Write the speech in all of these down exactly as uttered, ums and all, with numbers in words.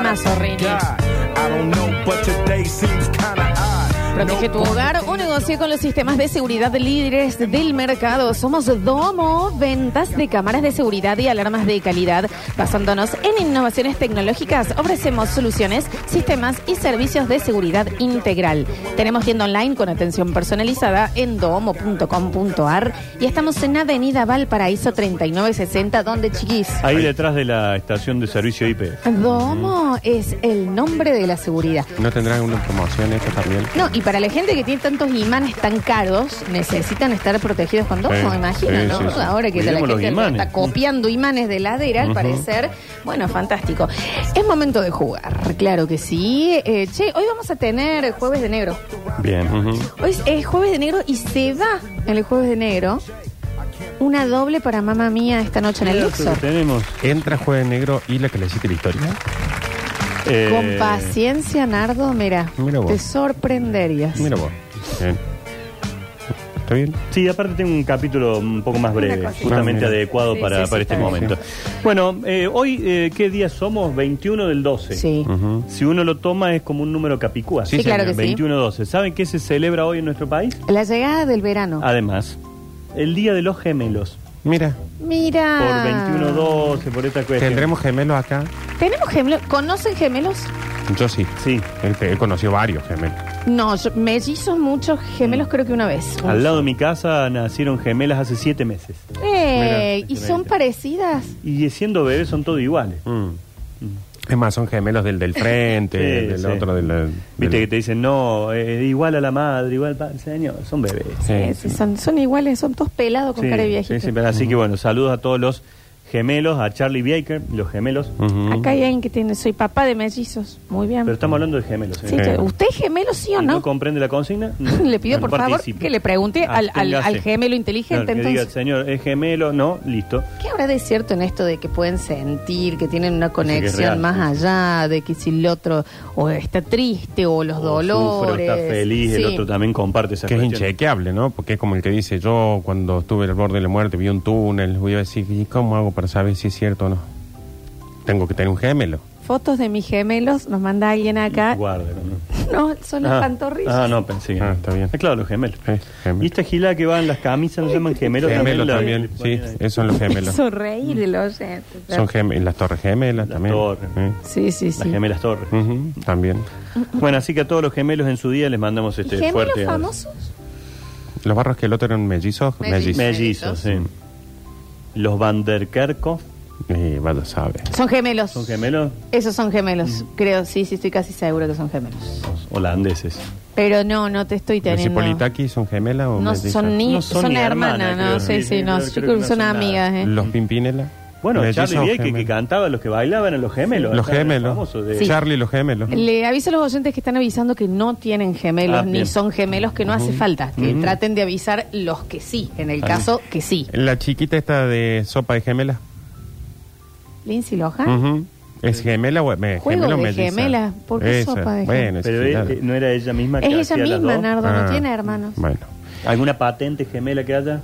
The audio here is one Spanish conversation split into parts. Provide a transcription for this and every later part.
Temazo, Rini. Protege tu hogar o negocia con los sistemas de seguridad líderes del mercado. Somos Domo, ventas de cámaras de seguridad y alarmas de calidad. Basándonos en innovaciones tecnológicas, ofrecemos soluciones, sistemas y servicios de seguridad integral. Tenemos tienda online con atención personalizada en domo punto com punto ar y estamos en Avenida Valparaíso treinta y nueve sesenta, donde, chiquis, ahí detrás de la estación de servicio I P. Domo es el nombre de la seguridad. ¿No tendrán una promoción esto también? No, y para la gente que tiene tantos imanes tan caros, necesitan estar protegidos con Domo, Sí, imagino, sí, ¿no? sí, sí. Ahora que la Cuidemos los gente imanes. está copiando imanes de heladera, al Ujú. parecer. Bueno, fantástico. Es momento de jugar, claro que sí. Eh, che, hoy vamos a tener Jueves de Negro. Bien. Ujú. Hoy es eh, Jueves de Negro y se va en el Jueves de Negro una doble para Mamma Mía esta noche en el Mira, eso Luxor. que tenemos. Entra Jueves Negro y la que le hiciste la historia. Eh, Con paciencia, Nardo, mira, Mira vos. te sorprenderías. Mira vos. Bien. ¿Está bien? Sí, aparte tengo un capítulo un poco más breve, Una cosita. justamente Ah, mira. adecuado Sí, para, sí, sí, para este está bien. momento. Bueno, eh, hoy, eh, ¿qué día somos? veintiuno del doce. Sí. Ujú. Si uno lo toma es como un número capicúa. Sí, claro que sí. veintiuno doce. ¿Saben qué se celebra hoy en nuestro país? La llegada del verano. Además, el Día de los Gemelos. Mira, Mira. Por veintiuno doce, por esta cuestión. ¿tendremos gemelos acá? ¿Tenemos gemelos? ¿Conocen gemelos? Yo sí. Sí. He, he conocido varios gemelos. No, yo, mellizos muchos, gemelos creo que una vez. Al lado de mi casa nacieron gemelas hace siete meses. ¡Ey! Mira, ¿Y son parecidas? Y siendo bebés son todos iguales. Mm. Es más, son gemelos del del frente, Sí, del sí. otro, del... del- Viste que te dicen, no, eh, igual a la madre, igual al señor. Son bebés. Sí, Eh, sí. sí, son, son iguales, son todos pelados con Sí, cara de sí, viejito. sí, pero así que bueno, saludos a todos los gemelos, a Charlie Baker, los gemelos. Ujú. Acá hay alguien que tiene, soy papá de mellizos. Muy bien. Pero estamos hablando de gemelos. ¿eh? Sí, Sí. ¿usted es gemelo, sí o ¿Y no? no comprende la consigna? No. Le pido, No por favor, participe. que le pregunte al, al, Absténgase. al gemelo inteligente. Claro, que entonces, diga, señor, ¿es gemelo? No, listo. ¿qué habrá de cierto en esto de que pueden sentir, que tienen una que es conexión real, más sí. allá, de que si el otro o está triste o los O dolores? sufre o está feliz, el Sí. otro también comparte esa Que es cuestión. inchequeable, ¿no? Porque es como el que dice, yo cuando estuve al borde de la muerte vi un túnel, voy a decir, ¿y cómo hago para saber si es cierto o no? Tengo que tener un gemelo. Fotos de mis gemelos, nos manda alguien acá. Guárdalo, ¿no? No, son las Ah, pantorrillas. Ah, no, pensé que Ah, no. está bien. Es claro, los gemelos. Sí, gemelo. Y esta gilada que va en las camisas, ¿no se llaman gemelos? Gemelos La- también, le sí, ponen ahí. esos son los gemelos. Hizo reír el oyente. Son gemelos, las torres gemelas Las también. torres. Sí, sí, Las sí. gemelas torres. Sí. Ujú, también. Bueno, así que a todos los gemelos en su día les mandamos ¿Y este gemelos fuerte abrazo. famosos? Los barros que el otro eran mellizos. Mellizos. Mellizos, sí. Los Van der Kerkhoff, Y vaya sabe. Son gemelos. ¿son gemelos? Esos son gemelos, creo, sí, sí, estoy casi seguro que son gemelos. Los holandeses. Pero no, no te estoy ¿Los teniendo. Cipolitaki son gemelas o No mellizas? son ni, No son, son ni hermanas, hermanas, no, creo. sí, sí, Sí, no, creo yo que creo que no son son nada. amigas, ¿eh? ¿Los Pimpinela? Bueno, ¿Mellizos Charlie o Baker, que gemelos? cantaba, los que bailaban a los gemelos. Los Era gemelos. famoso de- Sí. Charlie y los gemelos. Le aviso a los oyentes que están avisando que no tienen gemelos Ah, ni bien. son gemelos, que no hace falta, que Ujú. traten de avisar los que sí, en el Ah. caso que sí. La chiquita esta de sopa de gemelas. Lindsay Lohan. Ujú. ¿Es gemela o me, Juego gemela o de melliza? gemela, ¿por qué Esa. sopa de Bueno, es Pero gilada. eh, no era ella misma que Es ella hacía las misma, dos? Nardo, Ah. no tiene hermanos. Bueno. ¿Alguna patente gemela que haya?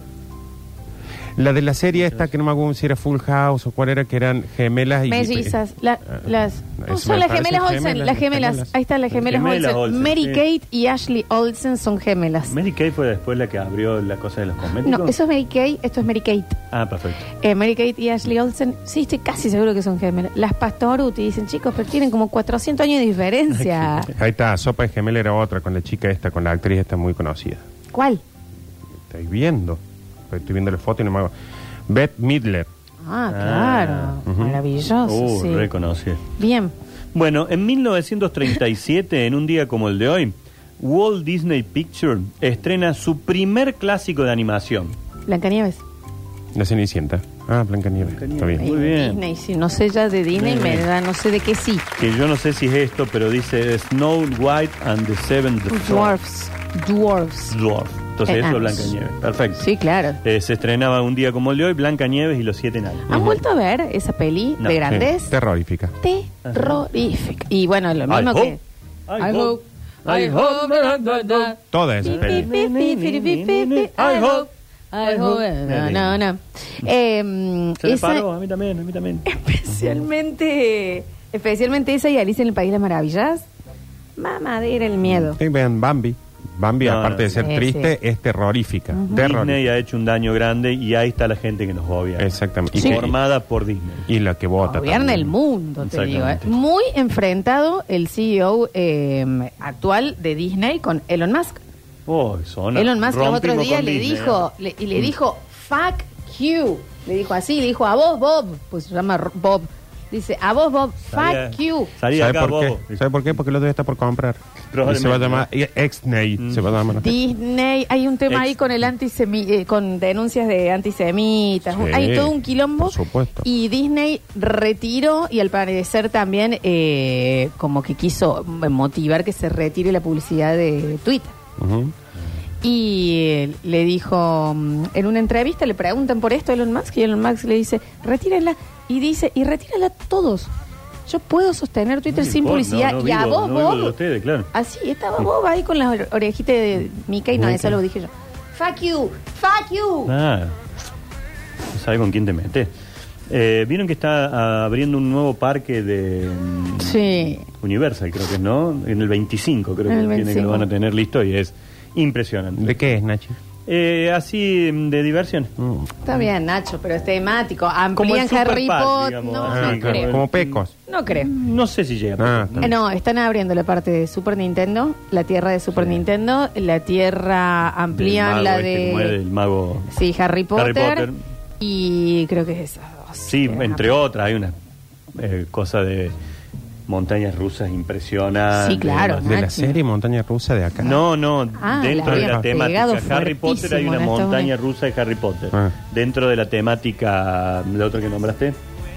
La de la serie esta, que no me acuerdo si era Full House o cuál era, que eran gemelas y... Mellizas, la- Ah, las eso no, son me las parece gemelas Olsen, gemelas, las gemelas, gemelas. ahí están las gemelas, Gemelas Olsen. Olsen, Mary sí. Kate y Ashley Olsen son gemelas. Mary Kay fue después la que abrió la cosa de los cosméticos. No, eso es Mary Kate, esto es Mary Kate. Ah, perfecto. Eh, Mary Kate y Ashley Olsen, sí, estoy casi seguro que son gemelas. Las Pastoruti dicen, chicos, pero tienen como cuatrocientos años de diferencia. Ahí está, sopa de gemela era otra, con la chica esta, con la actriz esta muy conocida. ¿Cuál? Estoy viendo, estoy viendo la foto y no me hago... Beth Midler. Ah, claro, ujú. maravilloso, Uh, sí. reconocí. Bien. Bueno, en mil novecientos treinta y siete, en un día como el de hoy, Walt Disney Pictures estrena su primer clásico de animación. Blancanieves. La Cenicienta. Ah, Blancanieves. Está bien. Muy bien. Disney, sí, no sé ya de Disney, Muy me bien. da, no sé de qué sí. Que yo no sé si es esto, pero dice Snow White and the Seven Dwarfs. Dwarfs. Dwarf. Entonces Eh, eso es enanos. Blancanieves. Perfecto. Sí, claro. Eh, se estrenaba un día como el de hoy, Blancanieves y los siete enanos. ¿Han vuelto a ver esa peli No. de grandes? Sí, terrorífica. Terrorífica. Y bueno, lo I mismo hope. que... I hope. I hope. Toda esa Pi, peli. pi, pi, pi, pi, pi, pi, pi, I hope. I hope. No, no, no. Eh, Se me esa paró, a mí también, a mí también. especialmente Especialmente esa y Alicia en el País de las Maravillas. Mamadera el miedo. Sí, vean Bambi. Bambi, No, aparte de ser sí, triste, sí. es terrorífica. Ujú. Terrorífica. Disney ha hecho un daño grande y ahí está la gente que nos gobierna. Exactamente. Sí. Y, que- Formada por Disney. y la que vota. Gobierna también. el mundo, te digo. ¿eh? Exactamente. Muy enfrentado el C E O eh, actual de Disney con Elon Musk. Oh, zona. Elon Musk los otros Rompimos días con le Disney, dijo, ¿eh? le- y le dijo, fuck you. Le dijo así, le dijo a vos, Bob. Pues se llama R- Bob. Dice, a vos, Bob, Salí fuck you. Salí ¿Sabe acá, por qué? bobo. ¿Sabe por qué? Porque el otro día está por comprar. Y Probablemente. se va a llamar Exney. Mm. Se va a llamar. Disney, hay un tema ahí Ex- con el antisemi eh, con denuncias de antisemitas, Sí, hay todo un quilombo. por supuesto. Y Disney retiró y al parecer también eh, como que quiso motivar que se retire la publicidad de Twitter. Ujú. Y eh, le dijo, mm, en una entrevista le preguntan por esto a Elon Musk y Elon Musk le dice, retírenla. Y dice, y retírala todos. Yo puedo sostener Twitter No sin importa, publicidad. no, no y a vivo- vos, no vivo de Bob. ustedes, claro. Así, estaba Bob ahí con las ore- orejitas de Mickey. No, Mickey. eso lo dije yo. Fuck you, fuck you. Ah, no sabe con quién te metes. Eh, Vieron que está ah, abriendo un nuevo parque de mm, Sí. Universal, creo que es, ¿no? En el veinticinco creo En que el tiene que veinticinco. lo van a tener listo y es impresionante. ¿De qué es, Nachi? Eh, así mm, de diversión. Mm. Está bien, Nacho, pero es temático. Como Amplían el Super Harry Park, Potter. digamos, No, así, no Ah, claro, creo. como pecos. No creo. No sé si llega. Ah, pero- Eh, No, están abriendo la parte de Super Nintendo, la tierra de Super Sí. Nintendo, la tierra Del amplían mago la este, como es de el mago. sí, Harry Potter, Potter. y creo que es esas dos. Sí, Que entre amplían. otras, hay una eh, cosa de montañas rusas impresionantes. Sí, claro. De la Nachi. serie Montaña Rusa de acá. No, no, Ah, dentro le de la había pegado temática Harry Potter hay fuertísimo una en Estados montaña Unidos. rusa de Harry Potter. Ah. Dentro de la temática, ¿la otra que nombraste?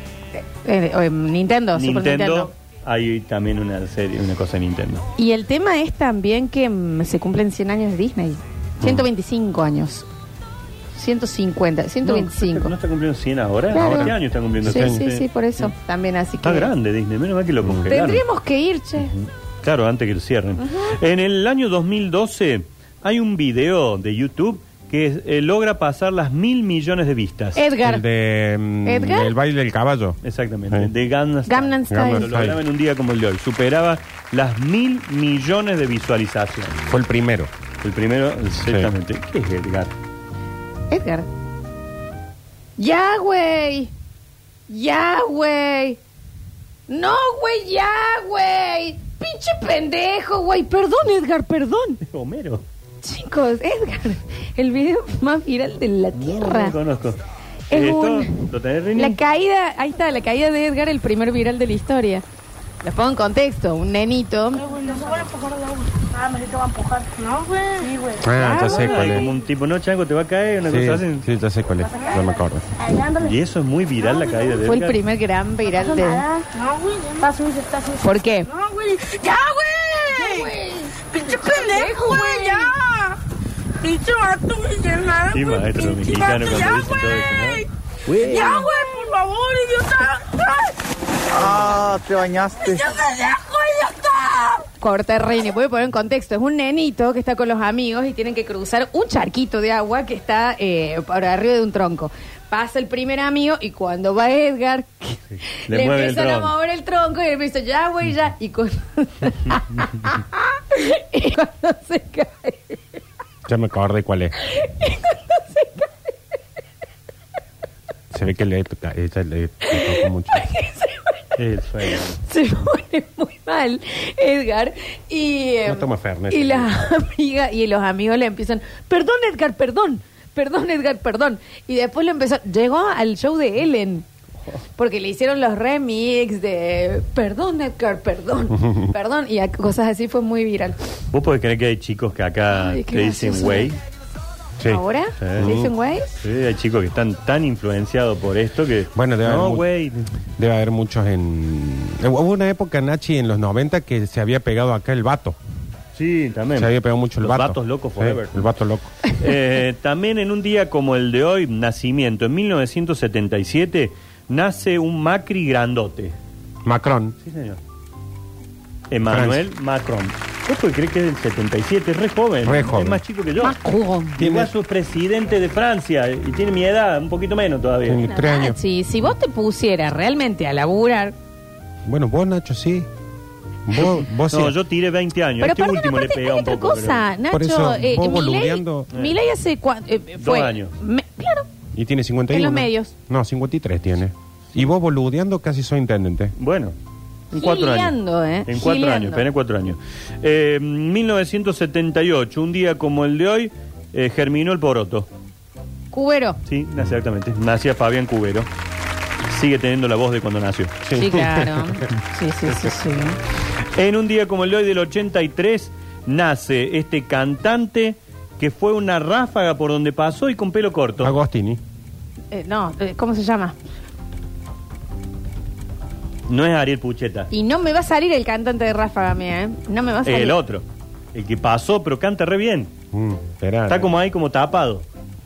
Eh, eh, Nintendo, Super Nintendo, Nintendo. hay también una serie, una cosa de Nintendo. Y el tema es también que mm, se cumplen cien años de Disney. ciento veinticinco años. ciento cincuenta, ciento veinticinco. ¿No, ¿No está cumpliendo cien ahora? Claro. ¿Este año está cumpliendo Sí, cien? sí, sí, por eso. También así que... Está grande Disney, menos mal que lo congelaron. Tendríamos que ir, che. Claro, antes que lo cierren. En el año dos mil doce hay un video de YouTube que eh, logra pasar las mil millones de vistas. Edgar. El de mm, ¿Edgar? El baile del caballo. Exactamente, Sí. de Gangnam Style. Gangnam Style. Gangnam Lo lograba en un día como el de hoy. Superaba las mil millones de visualizaciones. Fue el primero. El primero, exactamente. ¿Qué es Edgar? Edgar. Ya, güey. Ya, güey. No, güey, ya, güey. Pinche pendejo, güey. Perdón, Edgar, perdón. Es Homero. Chicos, Edgar, el video más viral de la No, Tierra. no lo conozco. Es ¿Esto un- lo tenés, Rini? La caída, ahí está, la caída de Edgar, el primer viral de la historia. Les pongo en contexto, un nenito. No se van a empujar al agua. Ah, me dice que va a empujar. No, güey. Sí, güey. Ah, ya sé Ay, cuál como es. un tipo, no, chango, te va a caer, una Sí, cosa así. sí, ya sé cuál es. No me acuerdo. Ahí, ándale. Y eso es muy viral, la caída de Fue el Edgar. primer gran viral de... Nada. No, güey. Está sucio, está sucio. ¿Por qué? No, güey. ¡Ya, güey! ¡Pinche pendejo, güey! ¡Ya! ¡Pinche vato, güey! ¡Ya nada, Sí, güey! maestro ¡Pinche mexicano vato, cuando ya, dicen todo eso, güey! ¿no? Güey. ¡Ya, güey! ¡Por favor, idiota! ¡Ay! Ah, te bañaste. ¡Ya me dejo, idiota! Corta, Reine, voy a poner en contexto. Es un nenito que está con los amigos y tienen que cruzar un charquito de agua que está eh, por arriba de un tronco. Pasa el primer amigo y cuando va Edgar, Le le, mueve el empiezan a tronco. mover el tronco y él me dice, ya, güey, ya. Y cuando, y cuando se cae, Ya me acordé cuál es. Se ve que le, toca- ella le, le tocó mucho. Eso es. se pone muy mal Edgar y, eh, No toma Fernet. y las amigas y los amigos le empiezan, perdón Edgar, perdón, perdón Edgar, perdón. Y después lo empezó, llegó al show de Ellen. Porque le hicieron los remix de perdón Edgar, perdón, perdón, y a- cosas así, fue muy viral. ¿Vos podés creer que hay chicos que acá Ay, qué te dicen gracioso. güey? Sí. ¿Ahora? Sí. ¿Le dicen güey? Sí, hay chicos que están tan influenciados por esto que... Bueno, debe no, haber mu- güey. Debe haber muchos en... Hubo una época, Nachi, en los noventa que se había pegado acá el vato. Sí, también. Se había pegado mucho el Los vato. vatos locos Sí, forever. el vato loco. Eh, también en un día como el de hoy, nacimiento, en mil novecientos setenta y siete, nace un Macri grandote. Macron. Sí, señor. Emmanuel Macron. ¿Vos podés creer que es del setenta y siete? Es re joven. Re joven. Es más chico que yo. Macron. Llegó a su presidente de Francia y tiene mi edad, un poquito menos todavía. Tiene tres años. Sí, si vos te pusieras realmente a laburar, Bueno, vos, Nacho, sí. Vos, vos No, sí. yo tiré veinte años. Pero este perdón, último le aparte, pega hay un otra poco. cosa, pero- Nacho. Por eso, eh, vos Milei- boludeando- Milei hace cua- eh, fue, años. me- claro, Y tiene cincuenta y uno. En los medios. No, cincuenta y tres tiene. Y vos boludeando casi soy intendente. Bueno, en cuatro Gileando, años. ¿eh? En cuatro Gileando. años, apenas cuatro años. Eh, mil novecientos setenta y ocho, un día como el de hoy, eh, germinó el poroto. Cubero. Sí, exactamente. Nacía Fabián Cubero. Sigue teniendo la voz de cuando nació. Sí, claro. Sí, sí, sí, sí. En un día como el de hoy del ochenta y tres, nace este cantante que fue una ráfaga por donde pasó y con pelo corto. Agostini. Eh, no, eh, ¿cómo se llama? No es Ariel Pucheta. Y no me va a salir el cantante de Ráfaga mía, ¿eh? No me va a salir. El otro. El que pasó, pero canta re bien. Mm, esperá. Está como ahí, como tapado.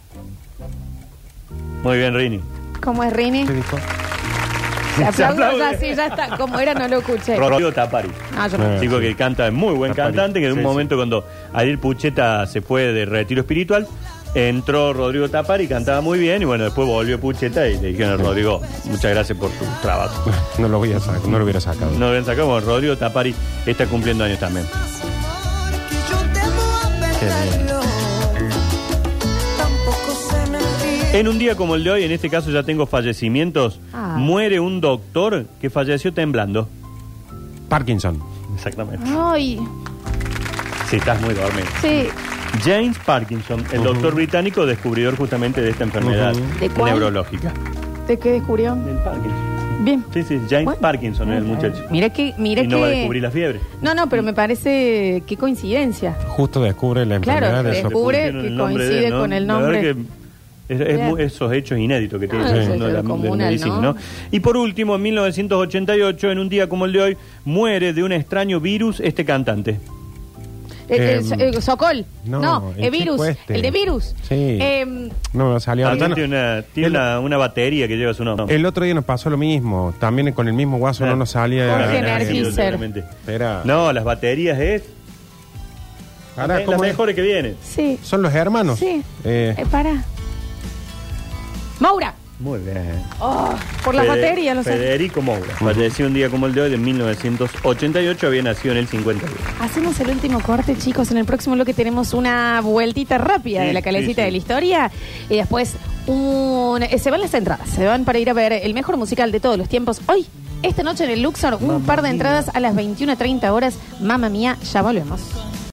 Muy bien, Rini. ¿Cómo es Rini? ¿Qué dijo? Se Se aplaude, aplaude. ya, sí, ya está. Como era, no lo escuché. Rodrigo Tapari. No, yo no. Eh. Chico sí. que canta, es muy buen Tapari. cantante, que en un Sí, momento sí. cuando Ariel Pucheta se fue de retiro espiritual, entró Rodrigo Tapari, cantaba muy bien, y bueno, después volvió Pucheta y le dijeron a Rodrigo, muchas gracias por tu trabajo. No lo voy a sacar, no lo hubiera sacado. No lo habían sacado, bueno, Rodrigo Tapari está cumpliendo años también. Qué bien. En un día como el de hoy, en este caso ya tengo fallecimientos, Ah. muere un doctor que falleció temblando. Parkinson. Exactamente. Ay, Si estás muy dormido. sí. James Parkinson, el doctor británico descubridor justamente de esta enfermedad Ujú. ¿De cuál? neurológica. ¿De qué descubrió? El Parkinson. Bien. Sí, sí, James Bueno. Parkinson es el muchacho. Mira que, mira Y no que. va a descubrir la fiebre. No, no, pero me parece qué coincidencia. Justo descubre la Claro, enfermedad de descubre- eso. Descubre Pusieron que el nombre de coincide él, ¿no? con el La verdad nombre. que es, es Bien. muy- esos hechos inéditos que tiene Ah, el eso mundo es de la, lo de la comunal, medicina, ¿no? ¿no? Y por último, en mil novecientos ochenta y ocho, en un día como el de hoy, muere de un extraño virus este cantante. El, el- Em, el Sokol. no, No, el, el virus. chico este. El de virus. Sí. Em, No, salió También ahorita. tiene, una, tiene el- una, una batería que lleva su nombre. El otro día nos pasó lo mismo. También con el mismo guaso no nos salía. Jorge Ah, Energizer. seguramente. Espera. No, las baterías es Ahora, las ¿cómo es? mejores que vienen. sí. Son los hermanos. Sí. Eh, Eh, para. Maura. Muy bien. Oh, por las Fede- baterías, lo sé. Federico Moura. Falleció un día como el de hoy de mil novecientos ochenta y ocho, había nacido en el cincuenta y uno. Hacemos el último corte, chicos. En el próximo bloque tenemos una vueltita rápida Sí, de la calecita sí, sí. de la historia. Y después un... eh, se van las entradas. Se van para ir a ver el mejor musical de todos los tiempos. Hoy, esta noche en el Luxor, un par de entradas a las veintiuna treinta horas. Mamma mía, ya volvemos.